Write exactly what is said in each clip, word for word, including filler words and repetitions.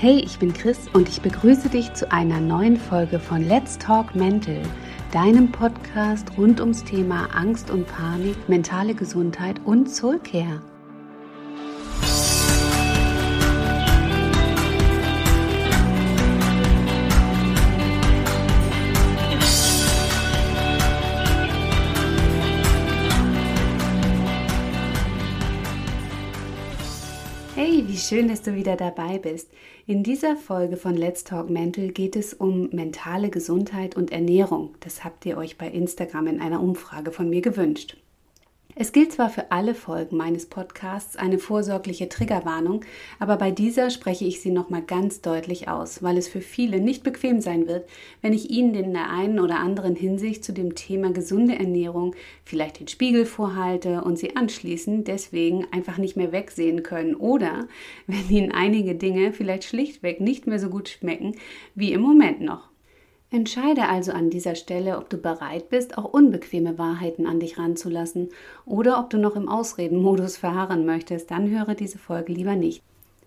Hey, ich bin Chris und ich begrüße dich zu einer neuen Folge von Let's Talk Mental, deinem Podcast rund ums Thema Angst und Panik, mentale Gesundheit und Soulcare. Hey, wie schön, dass du wieder dabei bist. In dieser Folge von Let's Talk Mental geht es um mentale Gesundheit und Ernährung. Das habt ihr euch bei Instagram in einer Umfrage von mir gewünscht. Es gilt zwar für alle Folgen meines Podcasts eine vorsorgliche Triggerwarnung, aber bei dieser spreche ich sie nochmal ganz deutlich aus, weil es für viele nicht bequem sein wird, wenn ich ihnen in der einen oder anderen Hinsicht zu dem Thema gesunde Ernährung vielleicht den Spiegel vorhalte und sie anschließend deswegen einfach nicht mehr wegsehen können oder wenn ihnen einige Dinge vielleicht schlichtweg nicht mehr so gut schmecken wie im Moment noch. Entscheide also an dieser Stelle, ob du bereit bist, auch unbequeme Wahrheiten an dich ranzulassen oder ob du noch im Ausredenmodus verharren möchtest, dann höre diese Folge lieber nicht.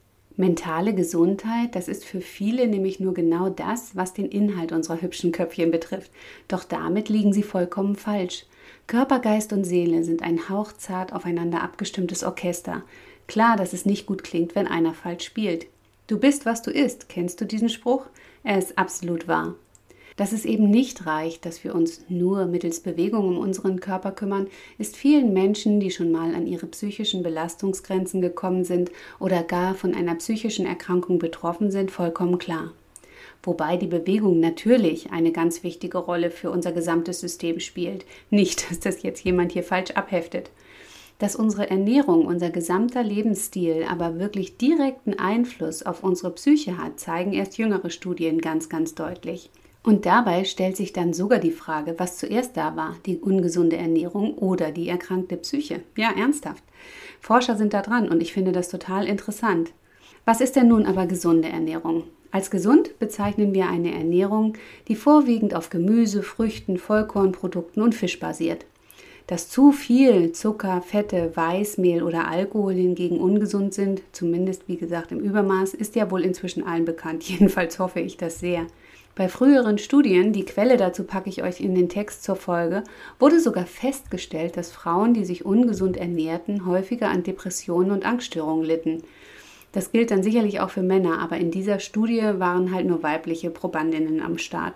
Mentale Gesundheit, das ist für viele nämlich nur genau das, was den Inhalt unserer hübschen Köpfchen betrifft. Doch damit liegen sie vollkommen falsch. Körper, Geist und Seele sind ein hauchzart aufeinander abgestimmtes Orchester. Klar, dass es nicht gut klingt, wenn einer falsch spielt. Du bist, was du isst. Kennst du diesen Spruch? Er ist absolut wahr. Dass es eben nicht reicht, dass wir uns nur mittels Bewegung um unseren Körper kümmern, ist vielen Menschen, die schon mal an ihre psychischen Belastungsgrenzen gekommen sind oder gar von einer psychischen Erkrankung betroffen sind, vollkommen klar. Wobei die Bewegung natürlich eine ganz wichtige Rolle für unser gesamtes System spielt. Nicht, dass das jetzt jemand hier falsch abheftet. Dass unsere Ernährung, unser gesamter Lebensstil aber wirklich direkten Einfluss auf unsere Psyche hat, zeigen erst jüngere Studien ganz, ganz deutlich. Und dabei stellt sich dann sogar die Frage, was zuerst da war, die ungesunde Ernährung oder die erkrankte Psyche. Ja, ernsthaft. Forscher sind da dran und ich finde das total interessant. Was ist denn nun aber gesunde Ernährung? Als gesund bezeichnen wir eine Ernährung, die vorwiegend auf Gemüse, Früchten, Vollkornprodukten und Fisch basiert. Dass zu viel Zucker, Fette, Weißmehl oder Alkohol hingegen ungesund sind, zumindest wie gesagt im Übermaß, ist ja wohl inzwischen allen bekannt. Jedenfalls hoffe ich das sehr. Bei früheren Studien, die Quelle dazu packe ich euch in den Text zur Folge, wurde sogar festgestellt, dass Frauen, die sich ungesund ernährten, häufiger an Depressionen und Angststörungen litten. Das gilt dann sicherlich auch für Männer, aber in dieser Studie waren halt nur weibliche Probandinnen am Start.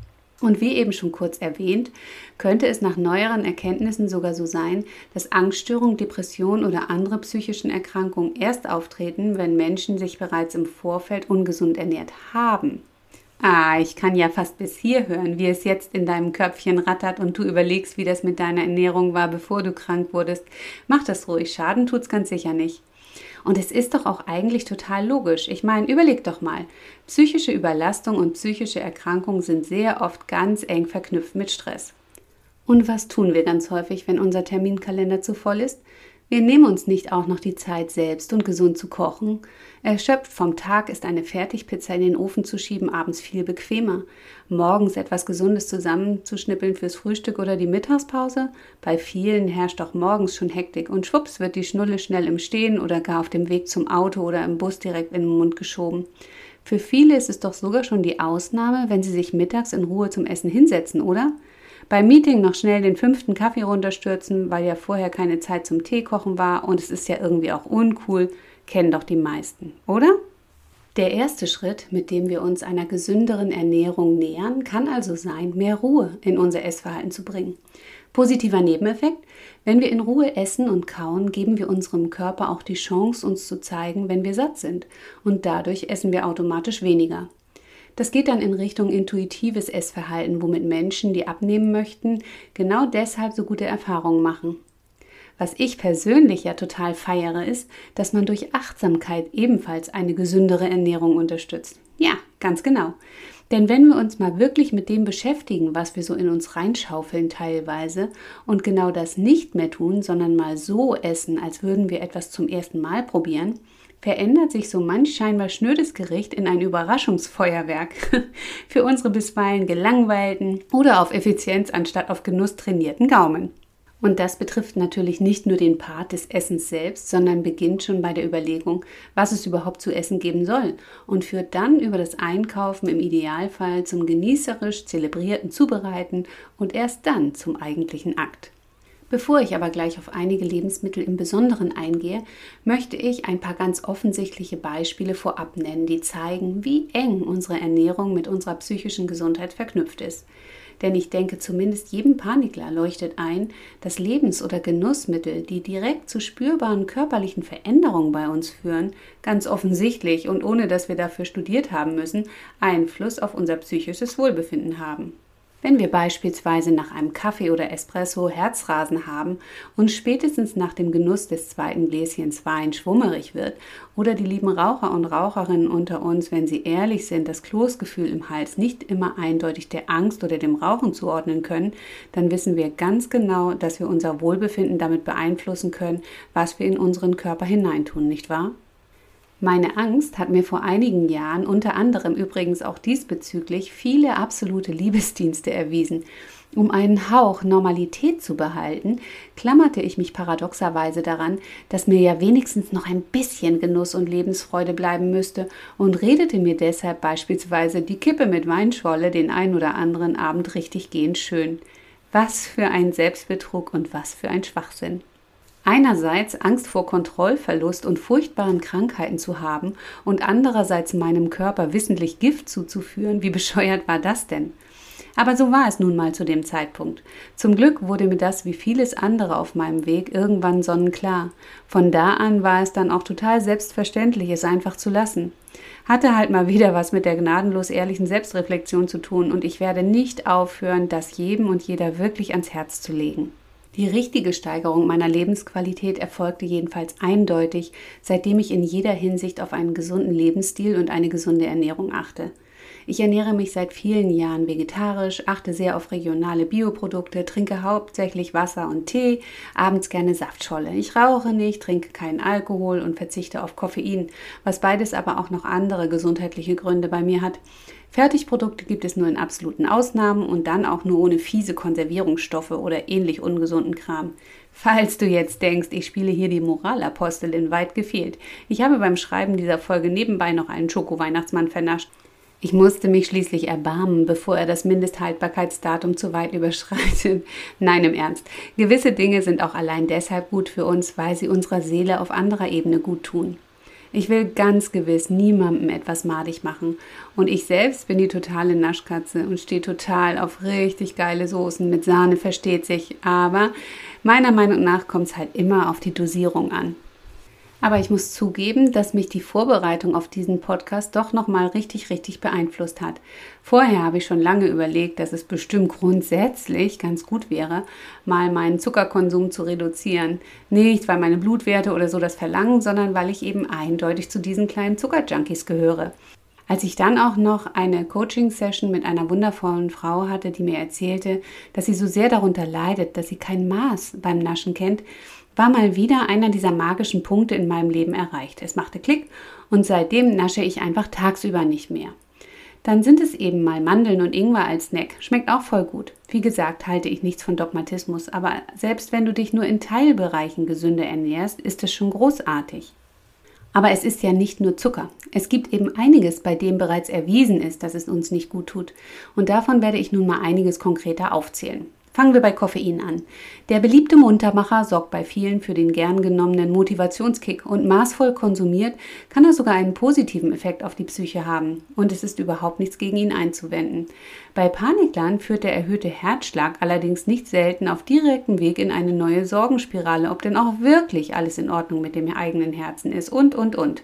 Und wie eben schon kurz erwähnt, könnte es nach neueren Erkenntnissen sogar so sein, dass Angststörungen, Depressionen oder andere psychischen Erkrankungen erst auftreten, wenn Menschen sich bereits im Vorfeld ungesund ernährt haben. Ah, ich kann ja fast bis hier hören, wie es jetzt in deinem Köpfchen rattert und du überlegst, wie das mit deiner Ernährung war, bevor du krank wurdest. Mach das ruhig, Schaden tut's ganz sicher nicht. Und es ist doch auch eigentlich total logisch. Ich meine, überleg doch mal. Psychische Überlastung und psychische Erkrankungen sind sehr oft ganz eng verknüpft mit Stress. Und was tun wir ganz häufig, wenn unser Terminkalender zu voll ist? Wir nehmen uns nicht auch noch die Zeit, selbst und gesund zu kochen. Erschöpft vom Tag ist eine Fertigpizza in den Ofen zu schieben abends viel bequemer. Morgens etwas Gesundes zusammenzuschnippeln fürs Frühstück oder die Mittagspause? Bei vielen herrscht auch morgens schon Hektik und schwupps wird die Schnulle schnell im Stehen oder gar auf dem Weg zum Auto oder im Bus direkt in den Mund geschoben. Für viele ist es doch sogar schon die Ausnahme, wenn sie sich mittags in Ruhe zum Essen hinsetzen, oder? Beim Meeting noch schnell den fünften Kaffee runterstürzen, weil ja vorher keine Zeit zum Tee kochen war und es ist ja irgendwie auch uncool, kennen doch die meisten, oder? Der erste Schritt, mit dem wir uns einer gesünderen Ernährung nähern, kann also sein, mehr Ruhe in unser Essverhalten zu bringen. Positiver Nebeneffekt: Wenn wir in Ruhe essen und kauen, geben wir unserem Körper auch die Chance, uns zu zeigen, wenn wir satt sind und dadurch essen wir automatisch weniger. Das geht dann in Richtung intuitives Essverhalten, womit Menschen, die abnehmen möchten, genau deshalb so gute Erfahrungen machen. Was ich persönlich ja total feiere, ist, dass man durch Achtsamkeit ebenfalls eine gesündere Ernährung unterstützt. Ja, ganz genau. Denn wenn wir uns mal wirklich mit dem beschäftigen, was wir so in uns reinschaufeln teilweise und genau das nicht mehr tun, sondern mal so essen, als würden wir etwas zum ersten Mal probieren, verändert sich so manch scheinbar schnödes Gericht in ein Überraschungsfeuerwerk für unsere bisweilen gelangweilten oder auf Effizienz anstatt auf Genuss trainierten Gaumen. Und das betrifft natürlich nicht nur den Part des Essens selbst, sondern beginnt schon bei der Überlegung, was es überhaupt zu essen geben soll und führt dann über das Einkaufen im Idealfall zum genießerisch zelebrierten Zubereiten und erst dann zum eigentlichen Akt. Bevor ich aber gleich auf einige Lebensmittel im Besonderen eingehe, möchte ich ein paar ganz offensichtliche Beispiele vorab nennen, die zeigen, wie eng unsere Ernährung mit unserer psychischen Gesundheit verknüpft ist. Denn ich denke, zumindest jedem Panikler leuchtet ein, dass Lebens- oder Genussmittel, die direkt zu spürbaren körperlichen Veränderungen bei uns führen, ganz offensichtlich und ohne dass wir dafür studiert haben müssen, Einfluss auf unser psychisches Wohlbefinden haben. Wenn wir beispielsweise nach einem Kaffee oder Espresso Herzrasen haben und spätestens nach dem Genuss des zweiten Gläschens Wein schwummerig wird oder die lieben Raucher und Raucherinnen unter uns, wenn sie ehrlich sind, das Kloßgefühl im Hals nicht immer eindeutig der Angst oder dem Rauchen zuordnen können, dann wissen wir ganz genau, dass wir unser Wohlbefinden damit beeinflussen können, was wir in unseren Körper hineintun, nicht wahr? Meine Angst hat mir vor einigen Jahren unter anderem übrigens auch diesbezüglich viele absolute Liebesdienste erwiesen. Um einen Hauch Normalität zu behalten, klammerte ich mich paradoxerweise daran, dass mir ja wenigstens noch ein bisschen Genuss und Lebensfreude bleiben müsste und redete mir deshalb beispielsweise die Kippe mit Weinschorle den ein oder anderen Abend richtig gehend schön. Was für ein Selbstbetrug und was für ein Schwachsinn. Einerseits Angst vor Kontrollverlust und furchtbaren Krankheiten zu haben und andererseits meinem Körper wissentlich Gift zuzuführen, wie bescheuert war das denn? Aber so war es nun mal zu dem Zeitpunkt. Zum Glück wurde mir das wie vieles andere auf meinem Weg irgendwann sonnenklar. Von da an war es dann auch total selbstverständlich, es einfach zu lassen. Hatte halt mal wieder was mit der gnadenlos ehrlichen Selbstreflexion zu tun und ich werde nicht aufhören, das jedem und jeder wirklich ans Herz zu legen. Die richtige Steigerung meiner Lebensqualität erfolgte jedenfalls eindeutig, seitdem ich in jeder Hinsicht auf einen gesunden Lebensstil und eine gesunde Ernährung achte. Ich ernähre mich seit vielen Jahren vegetarisch, achte sehr auf regionale Bioprodukte, trinke hauptsächlich Wasser und Tee, abends gerne Saftscholle. Ich rauche nicht, trinke keinen Alkohol und verzichte auf Koffein, was beides aber auch noch andere gesundheitliche Gründe bei mir hat. Fertigprodukte gibt es nur in absoluten Ausnahmen und dann auch nur ohne fiese Konservierungsstoffe oder ähnlich ungesunden Kram. Falls du jetzt denkst, ich spiele hier die Moralapostelin, weit gefehlt. Ich habe beim Schreiben dieser Folge nebenbei noch einen Schoko-Weihnachtsmann vernascht. Ich musste mich schließlich erbarmen, bevor er das Mindesthaltbarkeitsdatum zu weit überschreitet. Nein, im Ernst. Gewisse Dinge sind auch allein deshalb gut für uns, weil sie unserer Seele auf anderer Ebene gut tun. Ich will ganz gewiss niemandem etwas madig machen. Und ich selbst bin die totale Naschkatze und stehe total auf richtig geile Soßen mit Sahne, versteht sich. Aber meiner Meinung nach kommt es halt immer auf die Dosierung an. Aber ich muss zugeben, dass mich die Vorbereitung auf diesen Podcast doch nochmal richtig, richtig beeinflusst hat. Vorher habe ich schon lange überlegt, dass es bestimmt grundsätzlich ganz gut wäre, mal meinen Zuckerkonsum zu reduzieren. Nicht, weil meine Blutwerte oder so das verlangen, sondern weil ich eben eindeutig zu diesen kleinen Zuckerjunkies gehöre. Als ich dann auch noch eine Coaching-Session mit einer wundervollen Frau hatte, die mir erzählte, dass sie so sehr darunter leidet, dass sie kein Maß beim Naschen kennt, war mal wieder einer dieser magischen Punkte in meinem Leben erreicht. Es machte Klick und seitdem nasche ich einfach tagsüber nicht mehr. Dann sind es eben mal Mandeln und Ingwer als Snack. Schmeckt auch voll gut. Wie gesagt, halte ich nichts von Dogmatismus, aber selbst wenn du dich nur in Teilbereichen gesünder ernährst, ist es schon großartig. Aber es ist ja nicht nur Zucker. Es gibt eben einiges, bei dem bereits erwiesen ist, dass es uns nicht gut tut. Und davon werde ich nun mal einiges konkreter aufzählen. Fangen wir bei Koffein an. Der beliebte Muntermacher sorgt bei vielen für den gern genommenen Motivationskick und maßvoll konsumiert kann er sogar einen positiven Effekt auf die Psyche haben und es ist überhaupt nichts gegen ihn einzuwenden. Bei Paniklern führt der erhöhte Herzschlag allerdings nicht selten auf direktem Weg in eine neue Sorgenspirale, ob denn auch wirklich alles in Ordnung mit dem eigenen Herzen ist und, und, und.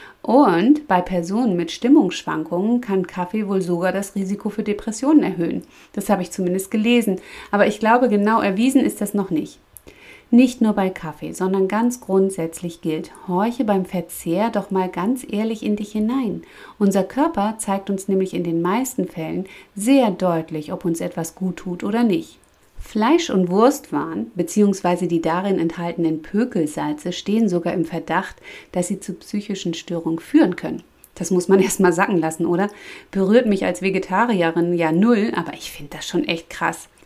Und bei Personen mit Stimmungsschwankungen kann Kaffee wohl sogar das Risiko für Depressionen erhöhen. Das habe ich zumindest gelesen, aber ich glaube, genau erwiesen ist das noch nicht. Nicht nur bei Kaffee, sondern ganz grundsätzlich gilt, horche beim Verzehr doch mal ganz ehrlich in dich hinein. Unser Körper zeigt uns nämlich in den meisten Fällen sehr deutlich, ob uns etwas gut tut oder nicht. Fleisch- und Wurstwaren bzw. die darin enthaltenen Pökelsalze stehen sogar im Verdacht, dass sie zu psychischen Störungen führen können. Das muss man erst mal sacken lassen, oder? Berührt mich als Vegetarierin ja null, aber ich finde das schon echt krass.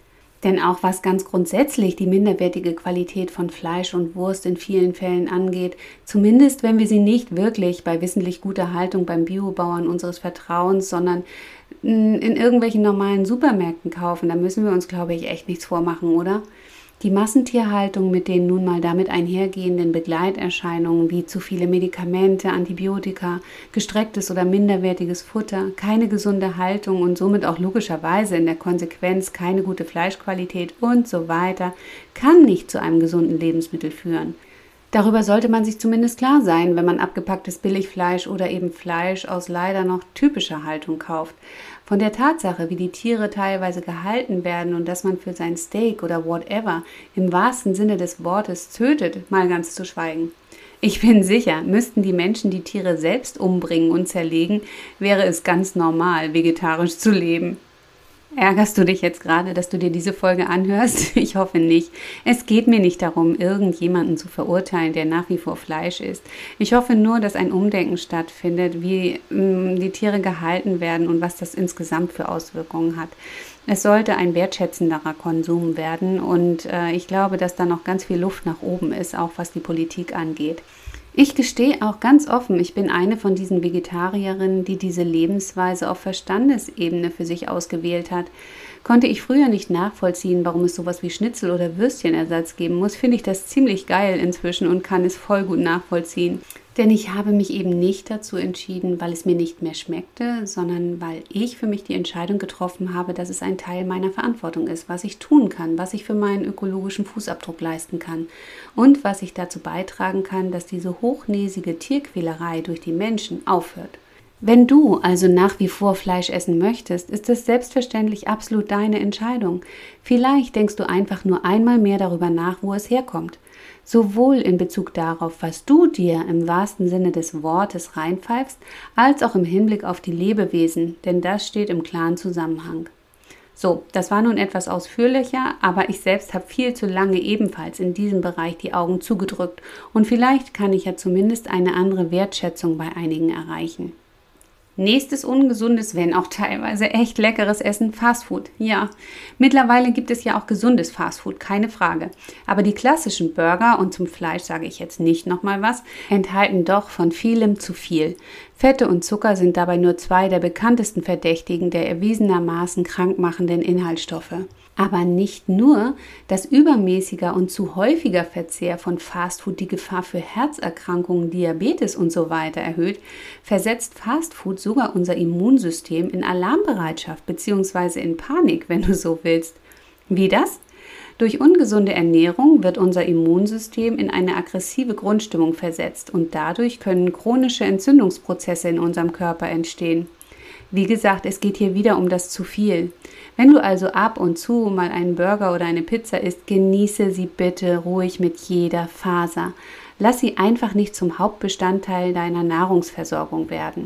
Denn auch was ganz grundsätzlich die minderwertige Qualität von Fleisch und Wurst in vielen Fällen angeht, zumindest wenn wir sie nicht wirklich bei wissentlich guter Haltung beim Biobauern unseres Vertrauens, sondern in irgendwelchen normalen Supermärkten kaufen, da müssen wir uns, glaube ich, echt nichts vormachen, oder? Die Massentierhaltung mit den nun mal damit einhergehenden Begleiterscheinungen wie zu viele Medikamente, Antibiotika, gestrecktes oder minderwertiges Futter, keine gesunde Haltung und somit auch logischerweise in der Konsequenz keine gute Fleischqualität und so weiter, kann nicht zu einem gesunden Lebensmittel führen. Darüber sollte man sich zumindest klar sein, wenn man abgepacktes Billigfleisch oder eben Fleisch aus leider noch typischer Haltung kauft. Von der Tatsache, wie die Tiere teilweise gehalten werden und dass man für sein Steak oder whatever im wahrsten Sinne des Wortes tötet, mal ganz zu schweigen. Ich bin sicher, müssten die Menschen die Tiere selbst umbringen und zerlegen, wäre es ganz normal, vegetarisch zu leben. Ärgerst du dich jetzt gerade, dass du dir diese Folge anhörst? Ich hoffe nicht. Es geht mir nicht darum, irgendjemanden zu verurteilen, der nach wie vor Fleisch isst. Ich hoffe nur, dass ein Umdenken stattfindet, wie mh, die Tiere gehalten werden und was das insgesamt für Auswirkungen hat. Es sollte ein wertschätzenderer Konsum werden und äh, ich glaube, dass da noch ganz viel Luft nach oben ist, auch was die Politik angeht. Ich gestehe auch ganz offen, ich bin eine von diesen Vegetarierinnen, die diese Lebensweise auf Verstandesebene für sich ausgewählt hat. Konnte ich früher nicht nachvollziehen, warum es sowas wie Schnitzel- oder Würstchenersatz geben muss, finde ich das ziemlich geil inzwischen und kann es voll gut nachvollziehen. Denn ich habe mich eben nicht dazu entschieden, weil es mir nicht mehr schmeckte, sondern weil ich für mich die Entscheidung getroffen habe, dass es ein Teil meiner Verantwortung ist, was ich tun kann, was ich für meinen ökologischen Fußabdruck leisten kann und was ich dazu beitragen kann, dass diese hochnäsige Tierquälerei durch die Menschen aufhört. Wenn du also nach wie vor Fleisch essen möchtest, ist es selbstverständlich absolut deine Entscheidung. Vielleicht denkst du einfach nur einmal mehr darüber nach, wo es herkommt. Sowohl in Bezug darauf, was du dir im wahrsten Sinne des Wortes reinpfeifst, als auch im Hinblick auf die Lebewesen, denn das steht im klaren Zusammenhang. So, das war nun etwas ausführlicher, aber ich selbst habe viel zu lange ebenfalls in diesem Bereich die Augen zugedrückt und vielleicht kann ich ja zumindest eine andere Wertschätzung bei einigen erreichen. Nächstes ungesundes, wenn auch teilweise echt leckeres Essen, Fastfood. Ja, mittlerweile gibt es ja auch gesundes Fastfood, keine Frage. Aber die klassischen Burger, und zum Fleisch sage ich jetzt nicht nochmal was, enthalten doch von vielem zu viel. Fette und Zucker sind dabei nur zwei der bekanntesten Verdächtigen der erwiesenermaßen krankmachenden Inhaltsstoffe. Aber nicht nur, dass übermäßiger und zu häufiger Verzehr von Fastfood die Gefahr für Herzerkrankungen, Diabetes und so weiter erhöht, versetzt Fastfood sogar unser Immunsystem in Alarmbereitschaft bzw. in Panik, wenn du so willst. Wie das? Durch ungesunde Ernährung wird unser Immunsystem in eine aggressive Grundstimmung versetzt und dadurch können chronische Entzündungsprozesse in unserem Körper entstehen. Wie gesagt, es geht hier wieder um das zu viel. Wenn du also ab und zu mal einen Burger oder eine Pizza isst, genieße sie bitte ruhig mit jeder Faser. Lass sie einfach nicht zum Hauptbestandteil deiner Nahrungsversorgung werden.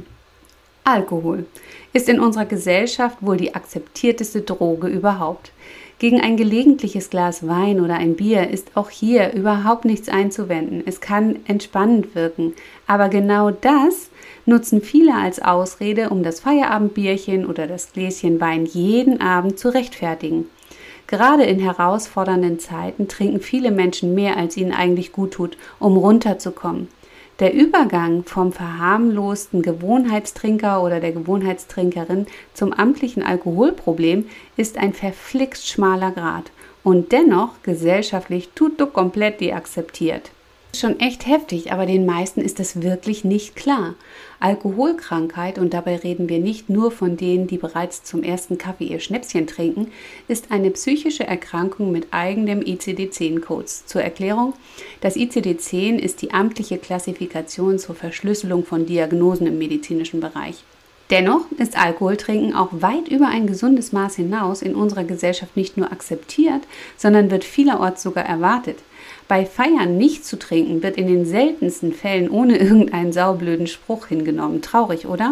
Alkohol ist in unserer Gesellschaft wohl die akzeptierteste Droge überhaupt. Gegen ein gelegentliches Glas Wein oder ein Bier ist auch hier überhaupt nichts einzuwenden. Es kann entspannend wirken, aber genau das nutzen viele als Ausrede, um das Feierabendbierchen oder das Gläschen Wein jeden Abend zu rechtfertigen. Gerade in herausfordernden Zeiten trinken viele Menschen mehr, als ihnen eigentlich gut tut, um runterzukommen. Der Übergang vom verharmlosten Gewohnheitstrinker oder der Gewohnheitstrinkerin zum amtlichen Alkoholproblem ist ein verflixt schmaler Grat und dennoch gesellschaftlich tutto komplett deakzeptiert. Schon echt heftig, aber den meisten ist es wirklich nicht klar. Alkoholkrankheit, und dabei reden wir nicht nur von denen, die bereits zum ersten Kaffee ihr Schnäpschen trinken, ist eine psychische Erkrankung mit eigenem I C D zehn Codes. Zur Erklärung, das I C D zehn ist die amtliche Klassifikation zur Verschlüsselung von Diagnosen im medizinischen Bereich. Dennoch ist Alkoholtrinken auch weit über ein gesundes Maß hinaus in unserer Gesellschaft nicht nur akzeptiert, sondern wird vielerorts sogar erwartet. Bei Feiern nicht zu trinken wird in den seltensten Fällen ohne irgendeinen saublöden Spruch hingenommen. Traurig, oder?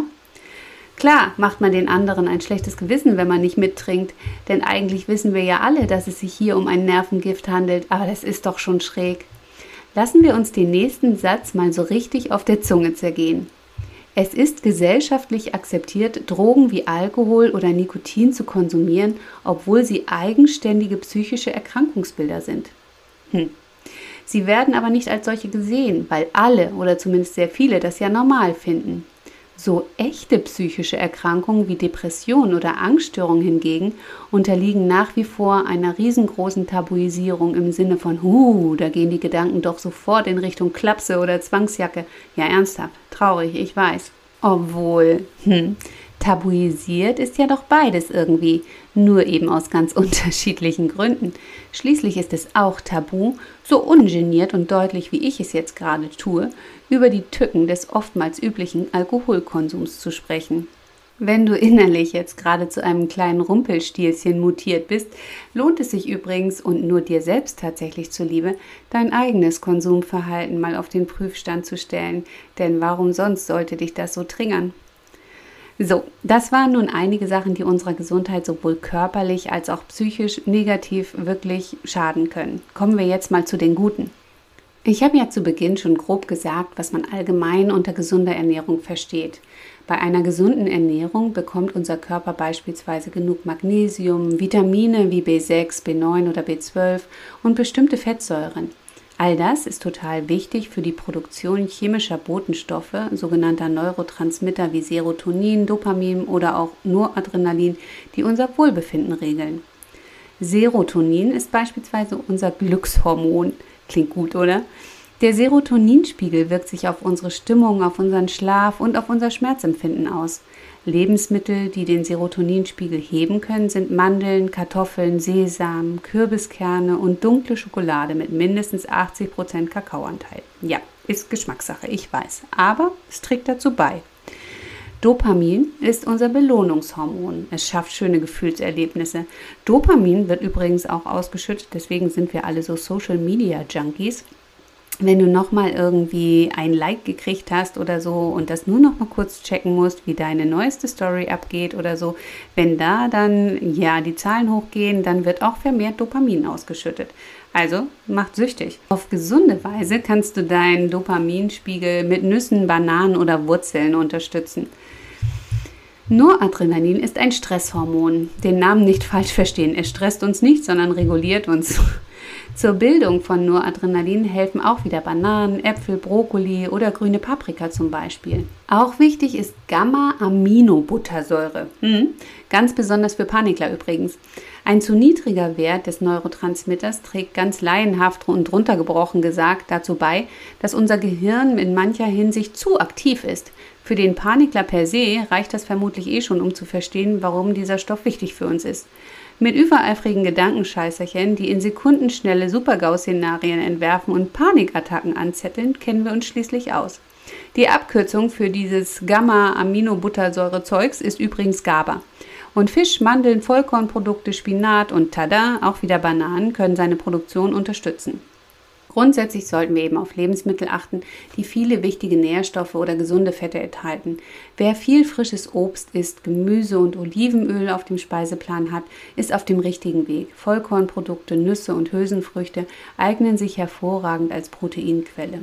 Klar macht man den anderen ein schlechtes Gewissen, wenn man nicht mittrinkt, denn eigentlich wissen wir ja alle, dass es sich hier um ein Nervengift handelt, aber das ist doch schon schräg. Lassen wir uns den nächsten Satz mal so richtig auf der Zunge zergehen. Es ist gesellschaftlich akzeptiert, Drogen wie Alkohol oder Nikotin zu konsumieren, obwohl sie eigenständige psychische Erkrankungsbilder sind. Hm. Sie werden aber nicht als solche gesehen, weil alle oder zumindest sehr viele das ja normal finden. So echte psychische Erkrankungen wie Depression oder Angststörungen hingegen unterliegen nach wie vor einer riesengroßen Tabuisierung im Sinne von, huh, da gehen die Gedanken doch sofort in Richtung Klapse oder Zwangsjacke. Ja, ernsthaft, traurig, ich weiß. Obwohl, hm, tabuisiert ist ja doch beides irgendwie, nur eben aus ganz unterschiedlichen Gründen. Schließlich ist es auch tabu, so ungeniert und deutlich wie ich es jetzt gerade tue, über die Tücken des oftmals üblichen Alkoholkonsums zu sprechen. Wenn du innerlich jetzt gerade zu einem kleinen Rumpelstilzchen mutiert bist, lohnt es sich übrigens und nur dir selbst tatsächlich zuliebe, dein eigenes Konsumverhalten mal auf den Prüfstand zu stellen, denn warum sonst sollte dich das so triggern? So, das waren nun einige Sachen, die unserer Gesundheit sowohl körperlich als auch psychisch negativ wirklich schaden können. Kommen wir jetzt mal zu den Guten. Ich habe ja zu Beginn schon grob gesagt, was man allgemein unter gesunder Ernährung versteht. Bei einer gesunden Ernährung bekommt unser Körper beispielsweise genug Magnesium, Vitamine wie B sechs, B neun oder B zwölf und bestimmte Fettsäuren. All das ist total wichtig für die Produktion chemischer Botenstoffe, sogenannter Neurotransmitter wie Serotonin, Dopamin oder auch Noradrenalin, die unser Wohlbefinden regeln. Serotonin ist beispielsweise unser Glückshormon. Klingt gut, oder? Der Serotoninspiegel wirkt sich auf unsere Stimmung, auf unseren Schlaf und auf unser Schmerzempfinden aus. Lebensmittel, die den Serotoninspiegel heben können, sind Mandeln, Kartoffeln, Sesam, Kürbiskerne und dunkle Schokolade mit mindestens achtzig Prozent Kakaoanteil. Ja, ist Geschmackssache, ich weiß, aber es trägt dazu bei. Dopamin ist unser Belohnungshormon. Es schafft schöne Gefühlserlebnisse. Dopamin wird übrigens auch ausgeschüttet, deswegen sind wir alle so Social-Media-Junkies. Wenn du nochmal irgendwie ein Like gekriegt hast oder so und das nur noch mal kurz checken musst, wie deine neueste Story abgeht oder so, wenn da dann ja die Zahlen hochgehen, dann wird auch vermehrt Dopamin ausgeschüttet. Also macht süchtig. Auf gesunde Weise kannst du deinen Dopaminspiegel mit Nüssen, Bananen oder Wurzeln unterstützen. Noradrenalin ist ein Stresshormon. Den Namen nicht falsch verstehen. Es stresst uns nicht, sondern reguliert uns. Zur Bildung von Noradrenalin helfen auch wieder Bananen, Äpfel, Brokkoli oder grüne Paprika zum Beispiel. Auch wichtig ist Gamma-Aminobuttersäure. Hm, ganz besonders für Panikler übrigens. Ein zu niedriger Wert des Neurotransmitters trägt ganz laienhaft und runtergebrochen gesagt dazu bei, dass unser Gehirn in mancher Hinsicht zu aktiv ist. Für den Panikler per se reicht das vermutlich eh schon, um zu verstehen, warum dieser Stoff wichtig für uns ist. Mit übereifrigen Gedankenscheißerchen, die in Sekundenschnelle Super-GAU-Szenarien entwerfen und Panikattacken anzetteln, kennen wir uns schließlich aus. Die Abkürzung für dieses Gamma-Aminobuttersäure-Zeugs ist übrigens GABA. Und Fisch, Mandeln, Vollkornprodukte, Spinat und tada, auch wieder Bananen können seine Produktion unterstützen. Grundsätzlich sollten wir eben auf Lebensmittel achten, die viele wichtige Nährstoffe oder gesunde Fette enthalten. Wer viel frisches Obst isst, Gemüse und Olivenöl auf dem Speiseplan hat, ist auf dem richtigen Weg. Vollkornprodukte, Nüsse und Hülsenfrüchte eignen sich hervorragend als Proteinquelle.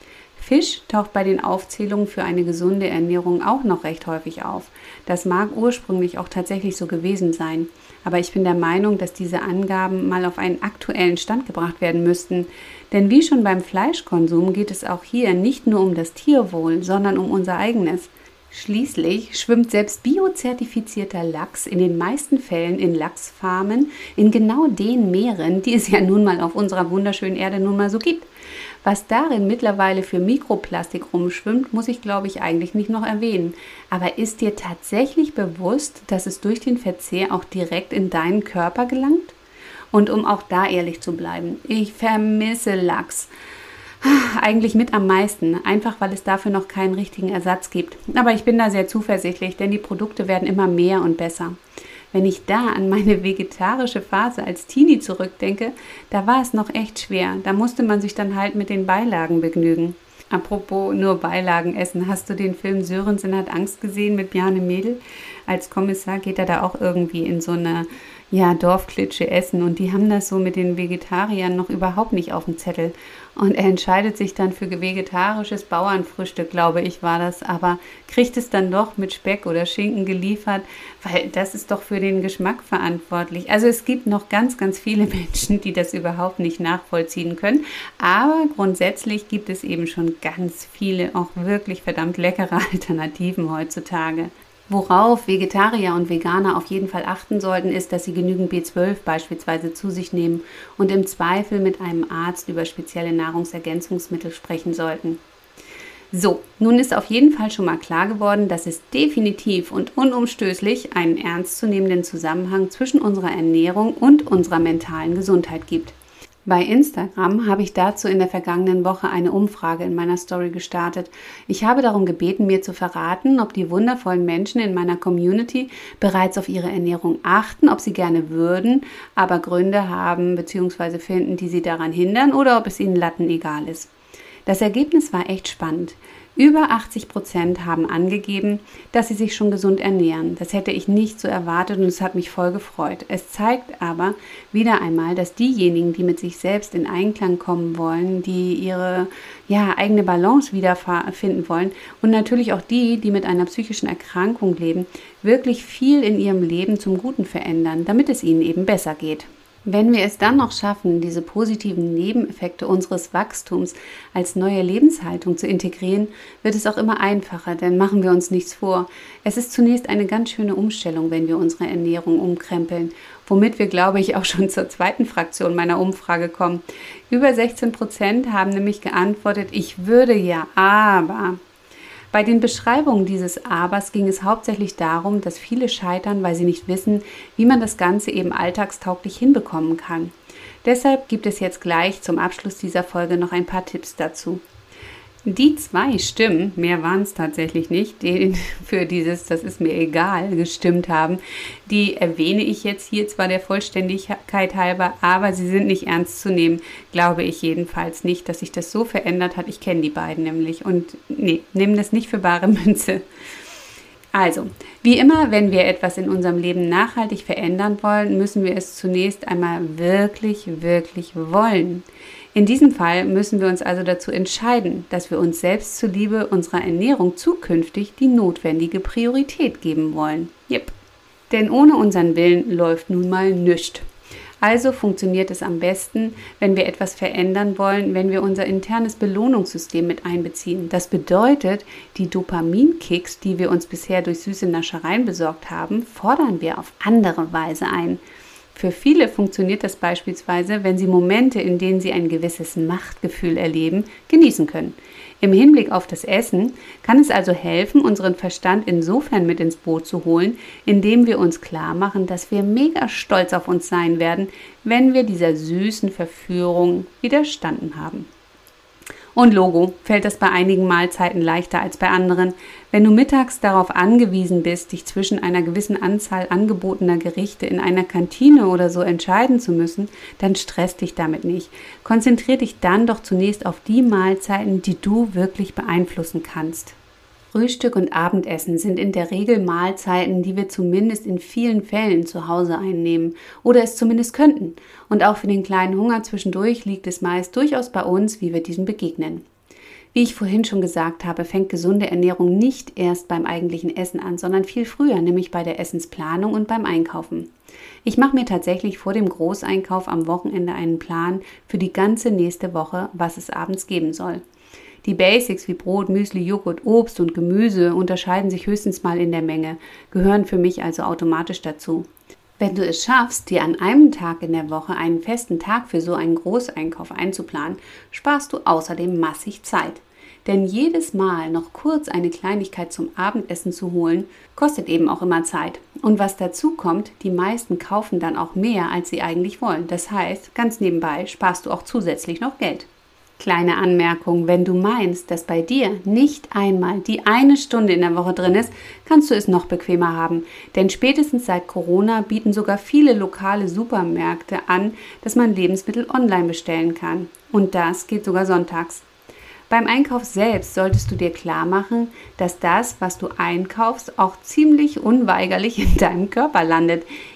Fisch taucht bei den Aufzählungen für eine gesunde Ernährung auch noch recht häufig auf. Das mag ursprünglich auch tatsächlich so gewesen sein. Aber ich bin der Meinung, dass diese Angaben mal auf einen aktuellen Stand gebracht werden müssten. Denn wie schon beim Fleischkonsum geht es auch hier nicht nur um das Tierwohl, sondern um unser eigenes. Schließlich schwimmt selbst biozertifizierter Lachs in den meisten Fällen in Lachsfarmen in genau den Meeren, die es ja nun mal auf unserer wunderschönen Erde nun mal so gibt. Was darin mittlerweile für Mikroplastik rumschwimmt, muss ich, glaube ich, eigentlich nicht noch erwähnen. Aber ist dir tatsächlich bewusst, dass es durch den Verzehr auch direkt in deinen Körper gelangt? Und um auch da ehrlich zu bleiben, ich vermisse Lachs. Eigentlich mit am meisten, einfach weil es dafür noch keinen richtigen Ersatz gibt. Aber ich bin da sehr zuversichtlich, denn die Produkte werden immer mehr und besser. Wenn ich da an meine vegetarische Phase als Teenie zurückdenke, da war es noch echt schwer. Da musste man sich dann halt mit den Beilagen begnügen. Apropos nur Beilagen essen, hast du den Film Sörensen hat Angst gesehen mit Bjarne Mädel? Als Kommissar geht er da auch irgendwie in so eine ja, Dorfklitsche essen und die haben das so mit den Vegetariern noch überhaupt nicht auf dem Zettel. Und er entscheidet sich dann für vegetarisches Bauernfrühstück, glaube ich, war das, aber kriegt es dann doch mit Speck oder Schinken geliefert, weil das ist doch für den Geschmack verantwortlich. Also es gibt noch ganz, ganz viele Menschen, die das überhaupt nicht nachvollziehen können, aber grundsätzlich gibt es eben schon ganz viele, auch wirklich verdammt leckere Alternativen heutzutage. Worauf Vegetarier und Veganer auf jeden Fall achten sollten, ist, dass sie genügend B zwölf beispielsweise zu sich nehmen und im Zweifel mit einem Arzt über spezielle Nahrungsergänzungsmittel sprechen sollten. So, nun ist auf jeden Fall schon mal klar geworden, dass es definitiv und unumstößlich einen ernstzunehmenden Zusammenhang zwischen unserer Ernährung und unserer mentalen Gesundheit gibt. Bei Instagram habe ich dazu in der vergangenen Woche eine Umfrage in meiner Story gestartet. Ich habe darum gebeten, mir zu verraten, ob die wundervollen Menschen in meiner Community bereits auf ihre Ernährung achten, ob sie gerne würden, aber Gründe haben bzw. finden, die sie daran hindern, oder ob es ihnen lattenegal ist. Das Ergebnis war echt spannend. Über achtzig Prozent haben angegeben, dass sie sich schon gesund ernähren. Das hätte ich nicht so erwartet und es hat mich voll gefreut. Es zeigt aber wieder einmal, dass diejenigen, die mit sich selbst in Einklang kommen wollen, die ihre ja, eigene Balance wiederfinden wollen und natürlich auch die, die mit einer psychischen Erkrankung leben, wirklich viel in ihrem Leben zum Guten verändern, damit es ihnen eben besser geht. Wenn wir es dann noch schaffen, diese positiven Nebeneffekte unseres Wachstums als neue Lebenshaltung zu integrieren, wird es auch immer einfacher, denn machen wir uns nichts vor. Es ist zunächst eine ganz schöne Umstellung, wenn wir unsere Ernährung umkrempeln, womit wir, glaube ich, auch schon zur zweiten Fraktion meiner Umfrage kommen. Über sechzehn Prozent haben nämlich geantwortet, ich würde ja, aber... Bei den Beschreibungen dieses Abers ging es hauptsächlich darum, dass viele scheitern, weil sie nicht wissen, wie man das Ganze eben alltagstauglich hinbekommen kann. Deshalb gibt es jetzt gleich zum Abschluss dieser Folge noch ein paar Tipps dazu. Die zwei Stimmen, mehr waren es tatsächlich nicht, die für dieses, das ist mir egal, gestimmt haben, die erwähne ich jetzt hier zwar der Vollständigkeit halber, aber sie sind nicht ernst zu nehmen, glaube ich jedenfalls nicht, dass sich das so verändert hat. Ich kenne die beiden nämlich und nee, nehmen das nicht für bare Münze. Also, wie immer, wenn wir etwas in unserem Leben nachhaltig verändern wollen, müssen wir es zunächst einmal wirklich, wirklich wollen. In diesem Fall müssen wir uns also dazu entscheiden, dass wir uns selbst zuliebe unserer Ernährung zukünftig die notwendige Priorität geben wollen. Yep. Denn ohne unseren Willen läuft nun mal nichts. Also funktioniert es am besten, wenn wir etwas verändern wollen, wenn wir unser internes Belohnungssystem mit einbeziehen. Das bedeutet, die Dopaminkicks, die wir uns bisher durch süße Naschereien besorgt haben, fordern wir auf andere Weise ein. Für viele funktioniert das beispielsweise, wenn sie Momente, in denen sie ein gewisses Machtgefühl erleben, genießen können. Im Hinblick auf das Essen kann es also helfen, unseren Verstand insofern mit ins Boot zu holen, indem wir uns klar machen, dass wir mega stolz auf uns sein werden, wenn wir dieser süßen Verführung widerstanden haben. Und Logo, fällt das bei einigen Mahlzeiten leichter als bei anderen. Wenn du mittags darauf angewiesen bist, dich zwischen einer gewissen Anzahl angebotener Gerichte in einer Kantine oder so entscheiden zu müssen, dann stresst dich damit nicht. Konzentrier dich dann doch zunächst auf die Mahlzeiten, die du wirklich beeinflussen kannst. Frühstück und Abendessen sind in der Regel Mahlzeiten, die wir zumindest in vielen Fällen zu Hause einnehmen oder es zumindest könnten. Und auch für den kleinen Hunger zwischendurch liegt es meist durchaus bei uns, wie wir diesem begegnen. Wie ich vorhin schon gesagt habe, fängt gesunde Ernährung nicht erst beim eigentlichen Essen an, sondern viel früher, nämlich bei der Essensplanung und beim Einkaufen. Ich mache mir tatsächlich vor dem Großeinkauf am Wochenende einen Plan für die ganze nächste Woche, was es abends geben soll. Die Basics wie Brot, Müsli, Joghurt, Obst und Gemüse unterscheiden sich höchstens mal in der Menge, gehören für mich also automatisch dazu. Wenn du es schaffst, dir an einem Tag in der Woche einen festen Tag für so einen Großeinkauf einzuplanen, sparst du außerdem massig Zeit. Denn jedes Mal noch kurz eine Kleinigkeit zum Abendessen zu holen, kostet eben auch immer Zeit. Und was dazu kommt, die meisten kaufen dann auch mehr, als sie eigentlich wollen. Das heißt, ganz nebenbei sparst du auch zusätzlich noch Geld. Kleine Anmerkung, wenn du meinst, dass bei dir nicht einmal die eine Stunde in der Woche drin ist, kannst du es noch bequemer haben. Denn spätestens seit Corona bieten sogar viele lokale Supermärkte an, dass man Lebensmittel online bestellen kann. Und das geht sogar sonntags. Beim Einkauf selbst solltest du dir klar machen, dass das, was du einkaufst, auch ziemlich unweigerlich in deinem Körper landet.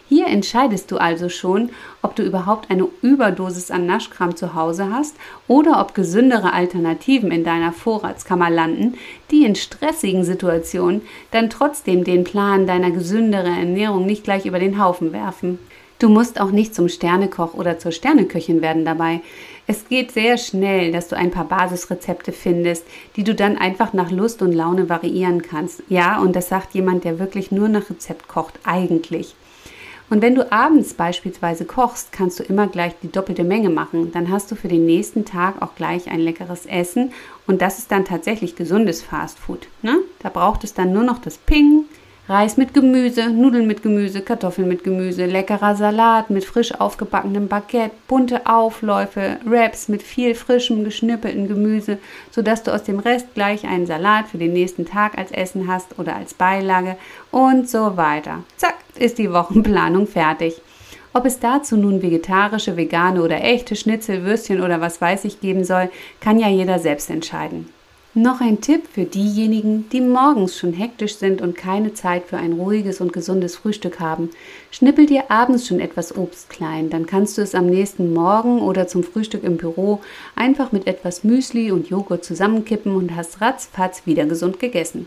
Hier entscheidest du also schon, ob du überhaupt eine Überdosis an Naschkram zu Hause hast oder ob gesündere Alternativen in deiner Vorratskammer landen, die in stressigen Situationen dann trotzdem den Plan deiner gesünderen Ernährung nicht gleich über den Haufen werfen. Du musst auch nicht zum Sternekoch oder zur Sterneköchin werden dabei. Es geht sehr schnell, dass du ein paar Basisrezepte findest, die du dann einfach nach Lust und Laune variieren kannst. Ja, und das sagt jemand, der wirklich nur nach Rezept kocht, eigentlich. Und wenn du abends beispielsweise kochst, kannst du immer gleich die doppelte Menge machen. Dann hast du für den nächsten Tag auch gleich ein leckeres Essen und das ist dann tatsächlich gesundes Fastfood. Ne? Da braucht es dann nur noch das Ping, Reis mit Gemüse, Nudeln mit Gemüse, Kartoffeln mit Gemüse, leckerer Salat mit frisch aufgebackenem Baguette, bunte Aufläufe, Wraps mit viel frischem, geschnippeltem Gemüse, sodass du aus dem Rest gleich einen Salat für den nächsten Tag als Essen hast oder als Beilage und so weiter. Zack, ist die Wochenplanung fertig. Ob es dazu nun vegetarische, vegane oder echte Schnitzel, Würstchen oder was weiß ich geben soll, kann ja jeder selbst entscheiden. Noch ein Tipp für diejenigen, die morgens schon hektisch sind und keine Zeit für ein ruhiges und gesundes Frühstück haben. Schnippel dir abends schon etwas Obst klein, dann kannst du es am nächsten Morgen oder zum Frühstück im Büro einfach mit etwas Müsli und Joghurt zusammenkippen und hast ratzfatz wieder gesund gegessen.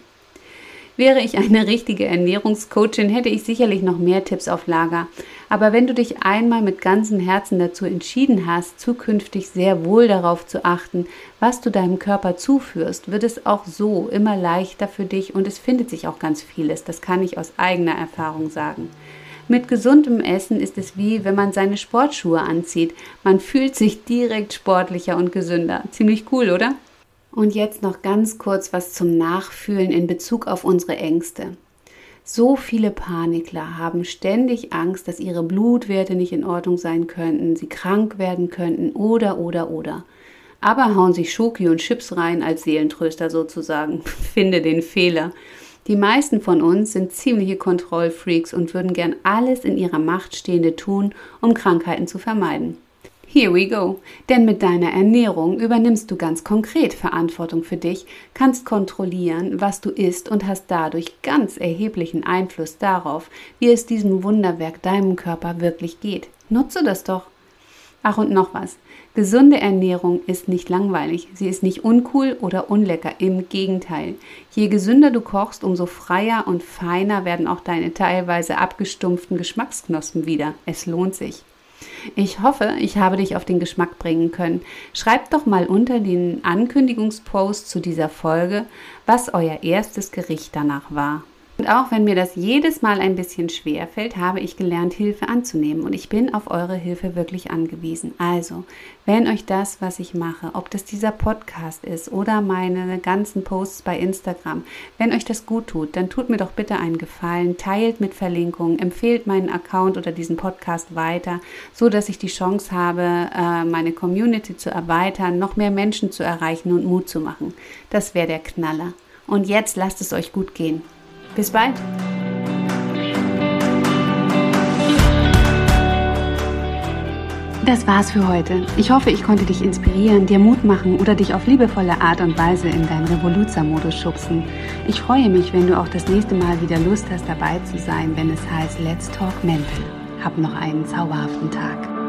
Wäre ich eine richtige Ernährungscoachin, hätte ich sicherlich noch mehr Tipps auf Lager. Aber wenn du dich einmal mit ganzem Herzen dazu entschieden hast, zukünftig sehr wohl darauf zu achten, was du deinem Körper zuführst, wird es auch so immer leichter für dich und es findet sich auch ganz vieles. Das kann ich aus eigener Erfahrung sagen. Mit gesundem Essen ist es wie, wenn man seine Sportschuhe anzieht. Man fühlt sich direkt sportlicher und gesünder. Ziemlich cool, oder? Und jetzt noch ganz kurz was zum Nachfühlen in Bezug auf unsere Ängste. So viele Panikler haben ständig Angst, dass ihre Blutwerte nicht in Ordnung sein könnten, sie krank werden könnten oder, oder, oder. Aber hauen sich Schoki und Chips rein als Seelentröster sozusagen. Finde den Fehler. Die meisten von uns sind ziemliche Kontrollfreaks und würden gern alles in ihrer Macht Stehende tun, um Krankheiten zu vermeiden. Here we go. Denn mit deiner Ernährung übernimmst du ganz konkret Verantwortung für dich, kannst kontrollieren, was du isst und hast dadurch ganz erheblichen Einfluss darauf, wie es diesem Wunderwerk deinem Körper wirklich geht. Nutze das doch. Ach und noch was. Gesunde Ernährung ist nicht langweilig. Sie ist nicht uncool oder unlecker. Im Gegenteil. Je gesünder du kochst, umso freier und feiner werden auch deine teilweise abgestumpften Geschmacksknospen wieder. Es lohnt sich. Ich hoffe, ich habe dich auf den Geschmack bringen können. Schreibt doch mal unter den Ankündigungspost zu dieser Folge, was euer erstes Gericht danach war. Und auch wenn mir das jedes Mal ein bisschen schwer fällt, habe ich gelernt, Hilfe anzunehmen und ich bin auf eure Hilfe wirklich angewiesen. Also, wenn euch das, was ich mache, ob das dieser Podcast ist oder meine ganzen Posts bei Instagram, wenn euch das gut tut, dann tut mir doch bitte einen Gefallen, teilt mit Verlinkungen, empfehlt meinen Account oder diesen Podcast weiter, so dass ich die Chance habe, meine Community zu erweitern, noch mehr Menschen zu erreichen und Mut zu machen. Das wäre der Knaller. Und jetzt lasst es euch gut gehen. Bis bald! Das war's für heute. Ich hoffe, ich konnte dich inspirieren, dir Mut machen oder dich auf liebevolle Art und Weise in deinen Revoluzer-Modus schubsen. Ich freue mich, wenn du auch das nächste Mal wieder Lust hast, dabei zu sein, wenn es heißt Let's Talk Mental. Hab noch einen zauberhaften Tag.